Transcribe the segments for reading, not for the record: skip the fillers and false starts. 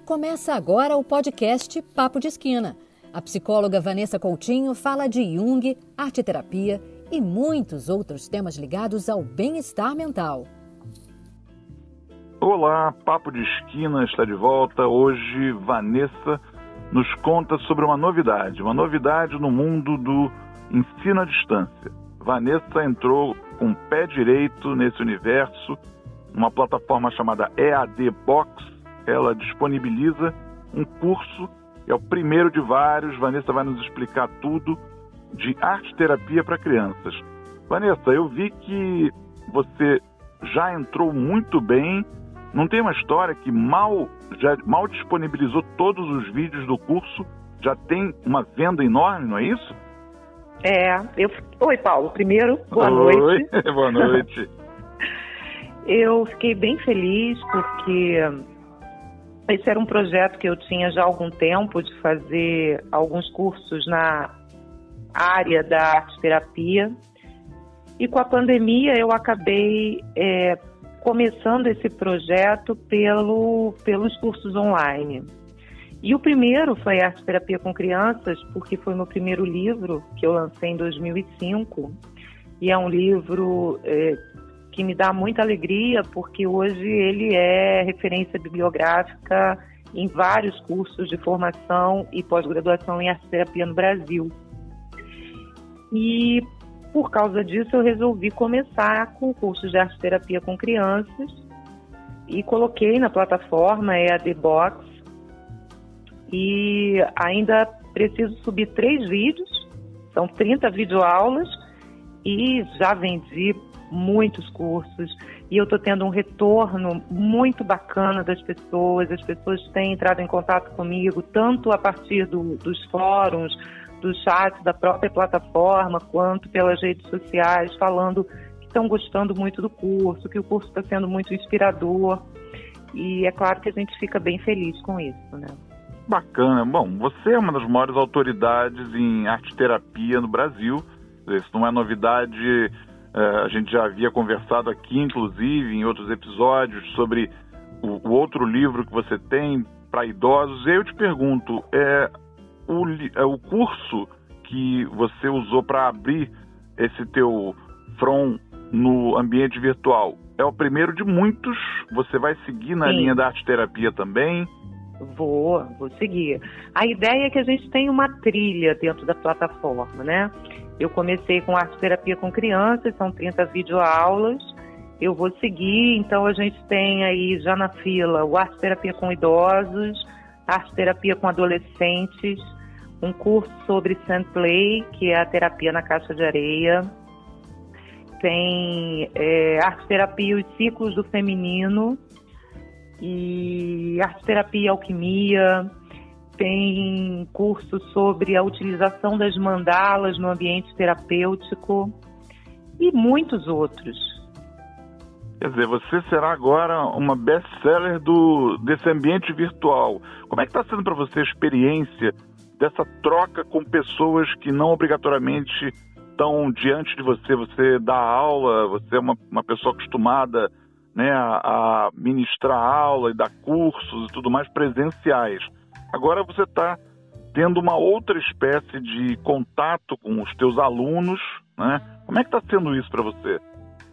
Começa agora o podcast Papo de Esquina. A psicóloga Vanessa Coutinho fala de Jung, arte-terapia e muitos outros temas ligados ao bem-estar mental. Olá, Papo de Esquina está de volta. Hoje, Vanessa nos conta sobre uma novidade no mundo do ensino à distância. Vanessa entrou com o pé direito nesse universo, numa plataforma chamada EAD Box. Ela disponibiliza um curso, é o primeiro de vários. Vanessa vai nos explicar tudo de arte-terapia para crianças. Vanessa, eu vi que você já entrou muito bem. Não tem uma história que mal disponibilizou todos os vídeos do curso, já tem uma venda enorme, não é isso? Oi, Paulo. Primeiro, boa noite. Oi, boa noite. Eu fiquei bem feliz porque esse era um projeto que eu tinha já há algum tempo de fazer alguns cursos na área da arte-terapia. E com a pandemia eu acabei começando esse projeto pelos cursos online. E o primeiro foi Arte-Terapia com Crianças, porque foi meu primeiro livro que eu lancei em 2005. E é um livro que me dá muita alegria, porque hoje ele é referência bibliográfica em vários cursos de formação e pós-graduação em arte-terapia no Brasil. E por causa disso eu resolvi começar com cursos de arte-terapia com crianças e coloquei na plataforma EAD Box. E ainda preciso subir 3 vídeos, são 30 videoaulas, e já vendi muitos cursos, e eu estou tendo um retorno muito bacana das pessoas. As pessoas têm entrado em contato comigo, tanto a partir dos fóruns, do chat da própria plataforma, quanto pelas redes sociais, falando que estão gostando muito do curso, que o curso está sendo muito inspirador, e é claro que a gente fica bem feliz com isso, né? Bacana. Bom, você é uma das maiores autoridades em arte-terapia no Brasil. Isso não é novidade. A gente já havia conversado aqui, inclusive, em outros episódios, sobre o outro livro que você tem para idosos. E aí eu te pergunto, o curso que você usou para abrir esse teu front no ambiente virtual é o primeiro de muitos? Você vai seguir na linha da arte-terapia também? Vou seguir. A ideia é que a gente tenha uma trilha dentro da plataforma, né? Eu comecei com arte-terapia com crianças, são 30 videoaulas. Eu vou seguir, então a gente tem aí já na fila o arte-terapia com idosos, arte-terapia com adolescentes, um curso sobre Sand Play, que é a terapia na caixa de areia. Tem arte-terapia e os ciclos do feminino, e arte-terapia e alquimia. Tem curso sobre a utilização das mandalas no ambiente terapêutico e muitos outros. Quer dizer, você será agora uma best-seller desse ambiente virtual. Como é que está sendo para você a experiência dessa troca com pessoas que não obrigatoriamente estão diante de você? Você dá aula, você é uma pessoa acostumada, né, a ministrar aula e dar cursos e tudo mais presenciais. Agora você está tendo uma outra espécie de contato com os teus alunos, né? Como é que está sendo isso para você?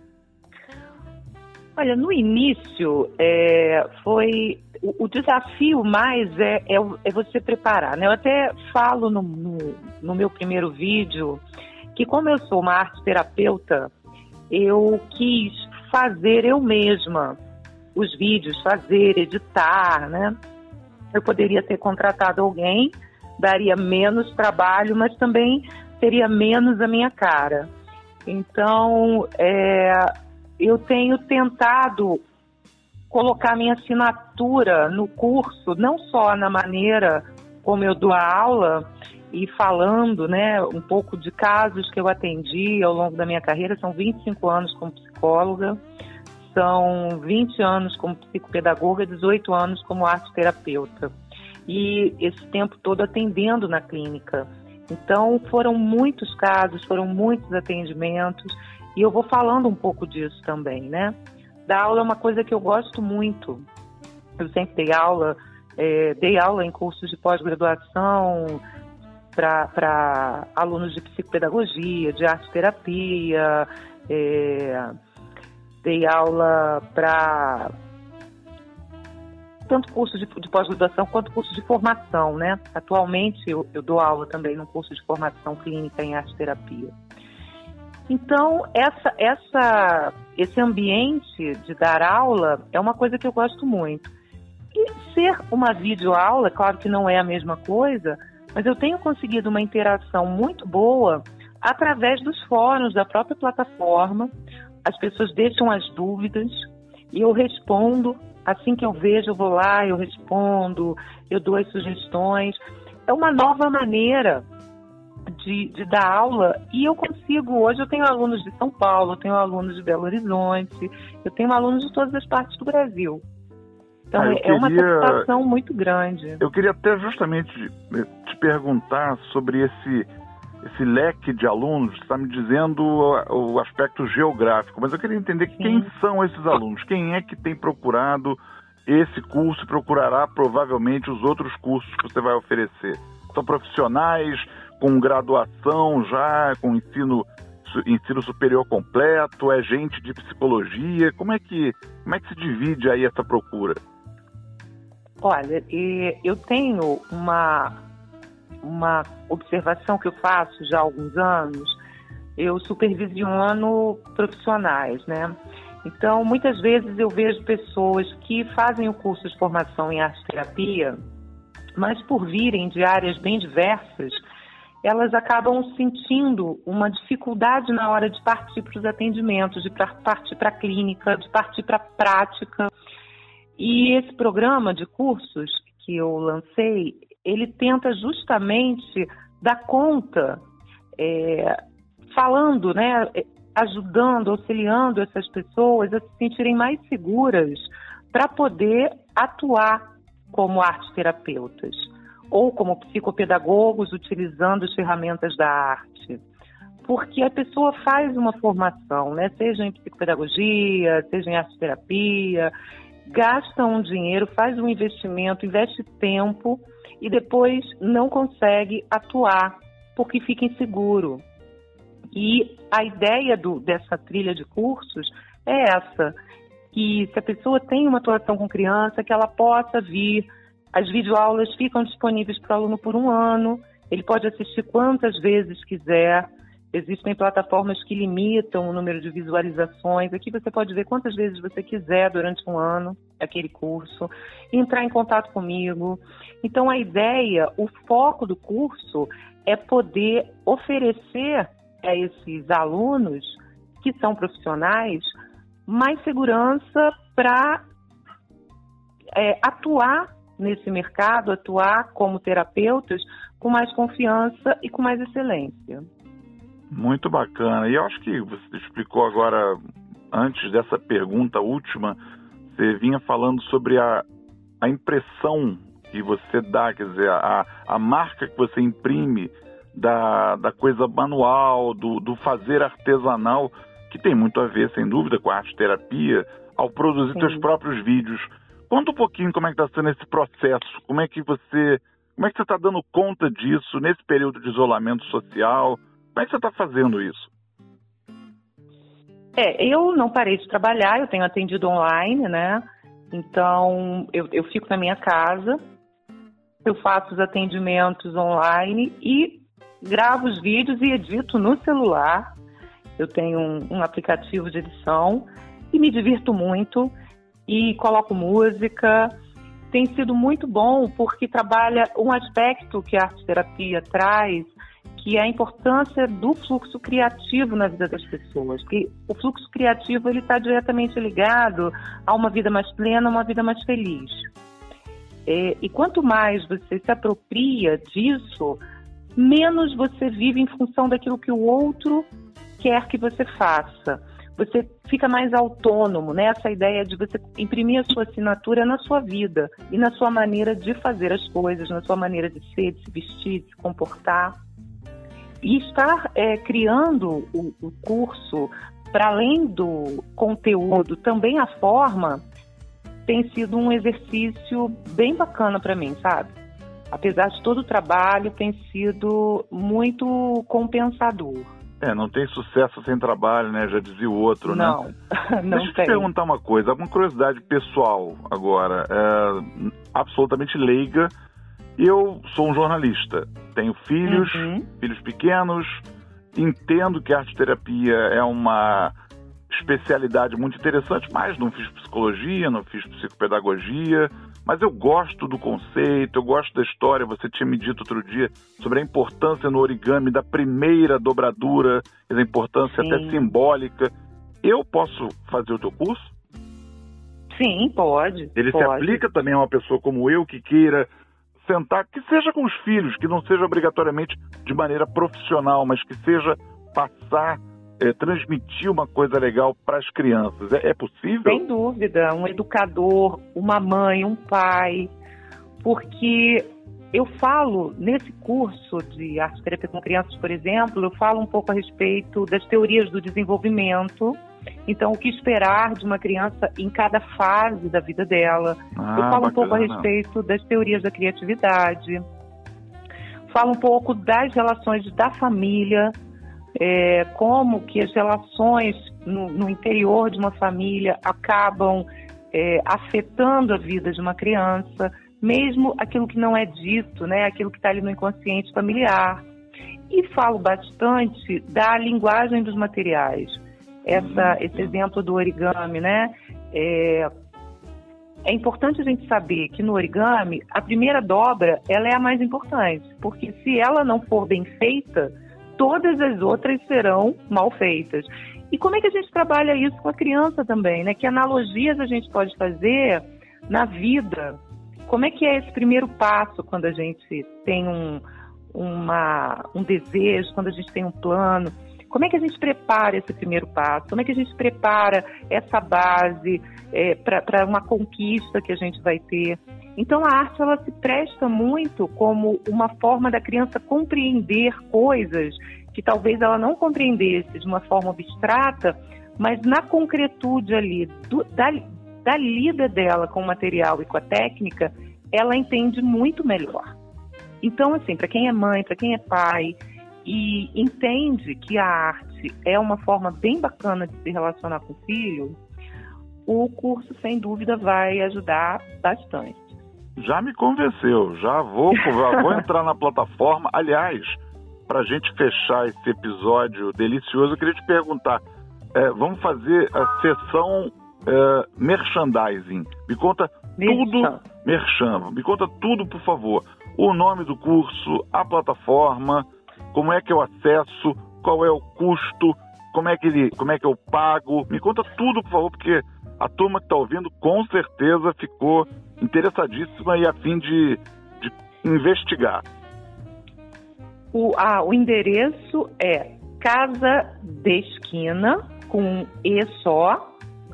Olha, no início foi o desafio mais é você preparar, né? Eu até falo no meu primeiro vídeo que, como eu sou uma arte-terapeuta, eu quis fazer eu mesma os vídeos, editar, né? Eu poderia ter contratado alguém, daria menos trabalho, mas também teria menos a minha cara. Então, eu tenho tentado colocar minha assinatura no curso, não só na maneira como eu dou a aula e falando, né, um pouco de casos que eu atendi ao longo da minha carreira. São 25 anos como psicóloga, são 20 anos como psicopedagoga, 18 anos como arte-terapeuta. E esse tempo todo atendendo na clínica. Então, foram muitos casos, foram muitos atendimentos, e eu vou falando um pouco disso também, né? Dar aula é uma coisa que eu gosto muito. Eu sempre dei aula dei aula em cursos de pós-graduação para alunos de psicopedagogia, de arte-terapia, dei aula para tanto curso de pós-graduação quanto curso de formação, né? Atualmente eu dou aula também num curso de formação clínica em arte-terapia. Então, esse ambiente de dar aula é uma coisa que eu gosto muito. E ser uma videoaula, claro que não é a mesma coisa, mas eu tenho conseguido uma interação muito boa através dos fóruns da própria plataforma. As pessoas deixam as dúvidas e eu respondo. Assim que eu vejo, eu vou lá, eu respondo, eu dou as sugestões. É uma nova maneira de dar aula e eu consigo. Hoje eu tenho alunos de São Paulo, eu tenho alunos de Belo Horizonte, eu tenho alunos de todas as partes do Brasil. Então uma satisfação muito grande. Eu queria até justamente te perguntar sobre esse leque de alunos. Você está me dizendo o aspecto geográfico, mas eu queria entender quem são esses alunos, quem é que tem procurado esse curso e procurará provavelmente os outros cursos que você vai oferecer. São profissionais com graduação já, com ensino superior completo, é gente de psicologia? Como é que se divide aí essa procura? Olha, eu tenho uma observação que eu faço já há alguns anos. Eu supervisiono profissionais, né? Então, muitas vezes eu vejo pessoas que fazem o curso de formação em arte-terapia, mas por virem de áreas bem diversas, elas acabam sentindo uma dificuldade na hora de partir para os atendimentos, de partir para a clínica, de partir para a prática. E esse programa de cursos que eu lancei, ele tenta justamente dar conta, falando, né, ajudando, auxiliando essas pessoas a se sentirem mais seguras para poder atuar como arte-terapeutas ou como psicopedagogos utilizando as ferramentas da arte. Porque a pessoa faz uma formação, né, seja em psicopedagogia, seja em arte-terapia, gasta um dinheiro, faz um investimento, investe tempo e depois não consegue atuar porque fica inseguro. E a ideia dessa trilha de cursos é essa, que se a pessoa tem uma atuação com criança, que ela possa vir. As videoaulas ficam disponíveis para o aluno por 1 ano, ele pode assistir quantas vezes quiser. Existem plataformas que limitam o número de visualizações. Aqui você pode ver quantas vezes você quiser durante 1 ano aquele curso, entrar em contato comigo. Então a ideia, o foco do curso é poder oferecer a esses alunos que são profissionais mais segurança para atuar nesse mercado, atuar como terapeutas com mais confiança e com mais excelência. Muito bacana. E eu acho que você explicou agora, antes dessa pergunta última, você vinha falando sobre a impressão que você dá, quer dizer, a marca que você imprime da coisa manual, do fazer artesanal, que tem muito a ver, sem dúvida, com a arte-terapia, ao produzir seus próprios vídeos. Conta um pouquinho como é que está sendo esse processo, como é que você está dando conta disso nesse período de isolamento social. Como é que você está fazendo isso? Eu não parei de trabalhar, eu tenho atendido online, né? Então, eu fico na minha casa, eu faço os atendimentos online e gravo os vídeos e edito no celular. Eu tenho um aplicativo de edição e me divirto muito e coloco música. Tem sido muito bom porque trabalha um aspecto que a arte-terapia traz, que é a importância do fluxo criativo na vida das pessoas. Porque o fluxo criativo está diretamente ligado a uma vida mais plena, uma vida mais feliz. E quanto mais você se apropria disso, menos você vive em função daquilo que o outro quer que você faça. Você fica mais autônomo, né? Essa ideia de você imprimir a sua assinatura na sua vida e na sua maneira de fazer as coisas, na sua maneira de ser, de se vestir, de se comportar. E estar criando o curso, para além do conteúdo, também a forma, tem sido um exercício bem bacana para mim, sabe? Apesar de todo o trabalho, tem sido muito compensador. Não tem sucesso sem trabalho, né? Já dizia o outro, não, né? Não Deixa eu tem. te perguntar uma coisa, uma curiosidade pessoal agora, absolutamente leiga. Eu sou um jornalista, tenho filhos, filhos pequenos, entendo que a arte-terapia é uma especialidade muito interessante, mas não fiz psicologia, não fiz psicopedagogia, mas eu gosto do conceito, eu gosto da história. Você tinha me dito outro dia sobre a importância no origami da primeira dobradura, a importância até simbólica. Eu posso fazer o teu curso? Sim, pode. Ele se aplica também a uma pessoa como eu que queira sentar, que seja com os filhos, que não seja obrigatoriamente de maneira profissional, mas que seja passar, transmitir uma coisa legal para as crianças. É possível? Sem dúvida, um educador, uma mãe, um pai, porque eu falo nesse curso de arte-terapia com crianças, por exemplo, eu falo um pouco a respeito das teorias do desenvolvimento. Então, o que esperar de uma criança em cada fase da vida dela. Eu falo um pouco a respeito das teorias da criatividade. Falo um pouco das relações da família, como que as relações no interior de uma família acabam afetando a vida de uma criança, mesmo aquilo que não é dito, né, aquilo que está ali no inconsciente familiar. E falo bastante da linguagem dos materiais. Esse exemplo do origami, né? É importante a gente saber que no origami, a primeira dobra, ela é a mais importante, porque se ela não for bem feita, todas as outras serão mal feitas. E como é que a gente trabalha isso com a criança também, né? Que analogias a gente pode fazer na vida? Como é que é esse primeiro passo quando a gente tem um desejo, quando a gente tem um plano? Como é que a gente prepara esse primeiro passo? Como é que a gente prepara essa base para uma conquista que a gente vai ter? Então, a arte ela se presta muito como uma forma da criança compreender coisas que talvez ela não compreendesse de uma forma abstrata, mas na concretude ali, da lida dela com o material e com a técnica, ela entende muito melhor. Então, assim, para quem é mãe, para quem é pai, e entende que a arte é uma forma bem bacana de se relacionar com o filho, o curso, sem dúvida, vai ajudar bastante. Já me convenceu, já vou entrar na plataforma. Aliás, para a gente fechar esse episódio delicioso, eu queria te perguntar, vamos fazer a sessão merchandising. Me conta tudo, me conta tudo, por favor. O nome do curso, a plataforma, como é que eu acesso, qual é o custo, como é que eu pago. Me conta tudo, por favor, porque a turma que está ouvindo com certeza ficou interessadíssima e a fim de investigar. O endereço é Casa de Esquina, com E só,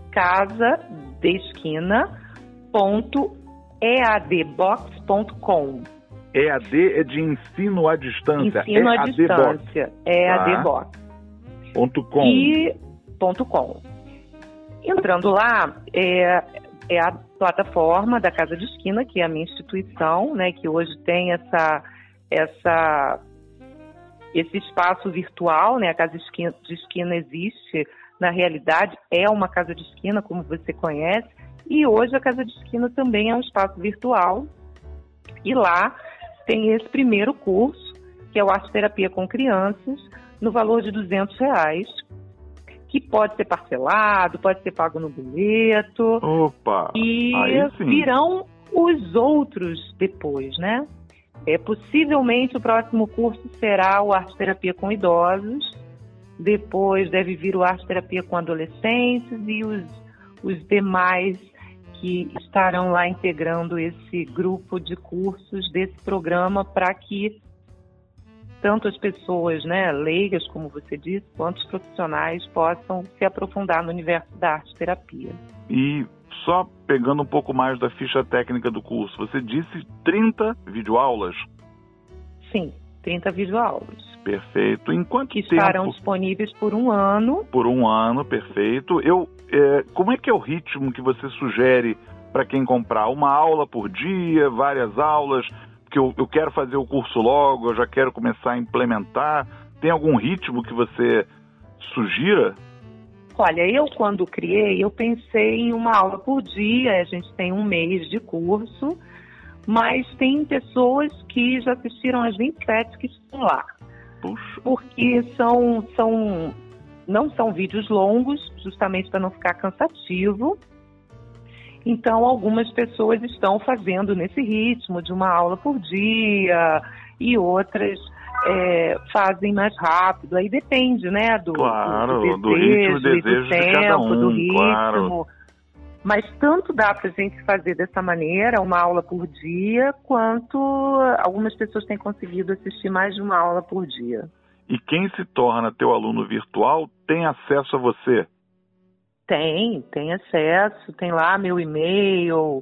casadesquina.eadbox.com. EAD é de ensino à distância. Ensino à distância. EADbox.com. .com. Entrando lá, é a plataforma da Casa de Esquina, que é a minha instituição, né, que hoje tem esse espaço virtual, né? A Casa de Esquina existe, na realidade, é uma casa de esquina, como você conhece, e hoje a Casa de Esquina também é um espaço virtual, e lá tem esse primeiro curso, que é o Arte Terapia com Crianças, no valor de R$200, que pode ser parcelado, pode ser pago no boleto. Opa! E virão os outros depois, né? Possivelmente o próximo curso será o Arte Terapia com Idosos, depois deve vir o Arte Terapia com Adolescentes e os demais que estarão lá integrando esse grupo de cursos desse programa para que tanto as pessoas, né, leigas, como você disse, quanto os profissionais possam se aprofundar no universo da arte-terapia. E só pegando um pouco mais da ficha técnica do curso, você disse 30 videoaulas? Sim, 30 videoaulas. Perfeito. Em quanto que tempo? Estarão disponíveis por 1 ano. Por 1 ano, perfeito. Como é que é o ritmo que você sugere para quem comprar? Uma aula por dia, várias aulas? Porque eu quero fazer o curso logo, eu já quero começar a implementar. Tem algum ritmo que você sugira? Olha, eu quando criei, eu pensei em uma aula por dia, a gente tem um mês de curso, mas tem pessoas que já assistiram as 27 que estão lá. Puxa. Porque não são vídeos longos, justamente para não ficar cansativo. Então, algumas pessoas estão fazendo nesse ritmo de uma aula por dia e outras fazem mais rápido. Aí depende, né, do ritmo, desejo de cada um, do ritmo. Claro. Mas tanto dá para a gente fazer dessa maneira, uma aula por dia, quanto algumas pessoas têm conseguido assistir mais de uma aula por dia. E quem se torna teu aluno virtual tem acesso a você? Tem acesso, tem lá meu e-mail,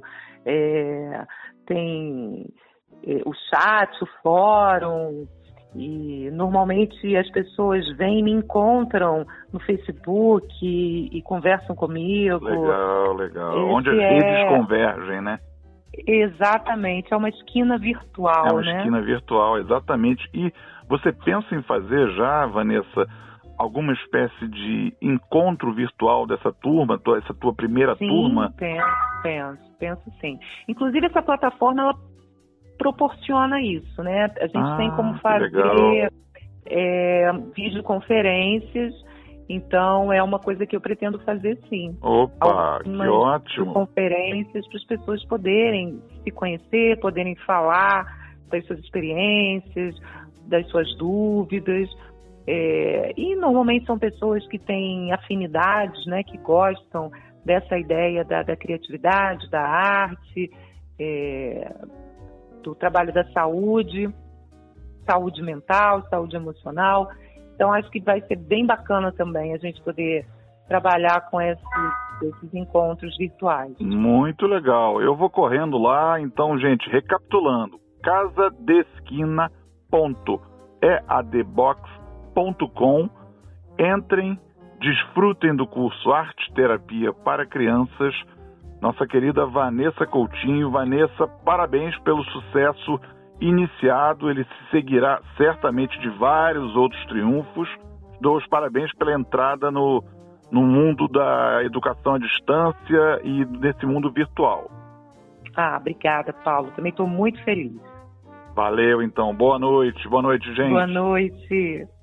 tem o chat, o fórum, e normalmente as pessoas vêm e me encontram no Facebook e conversam comigo. Legal. Onde as redes convergem, né? Exatamente, é uma esquina virtual, né? É uma esquina virtual, exatamente. E você pensa em fazer já, Vanessa, alguma espécie de encontro virtual dessa turma, essa tua primeira turma? Penso sim. Inclusive essa plataforma, ela proporciona isso, né? A gente tem como fazer videoconferências, então é uma coisa que eu pretendo fazer sim. Opa, que ótimo! Conferências para as pessoas poderem se conhecer, poderem falar das suas experiências, das suas dúvidas. E normalmente são pessoas que têm afinidades, né, que gostam dessa ideia da criatividade, da arte, do trabalho da saúde mental, saúde emocional. Então acho que vai ser bem bacana também a gente poder trabalhar com esses encontros virtuais. Muito legal. Eu vou correndo lá, então, gente, recapitulando, casadesquina.eadbox.com. Entrem, desfrutem do curso Arte Terapia para Crianças. Nossa querida Vanessa Coutinho. Vanessa, parabéns pelo sucesso iniciado. Ele seguirá certamente de vários outros triunfos. Dou os parabéns pela entrada no mundo da educação à distância e nesse mundo virtual. Obrigada, Paulo. Também estou muito feliz. Valeu, então. Boa noite. Boa noite, gente. Boa noite.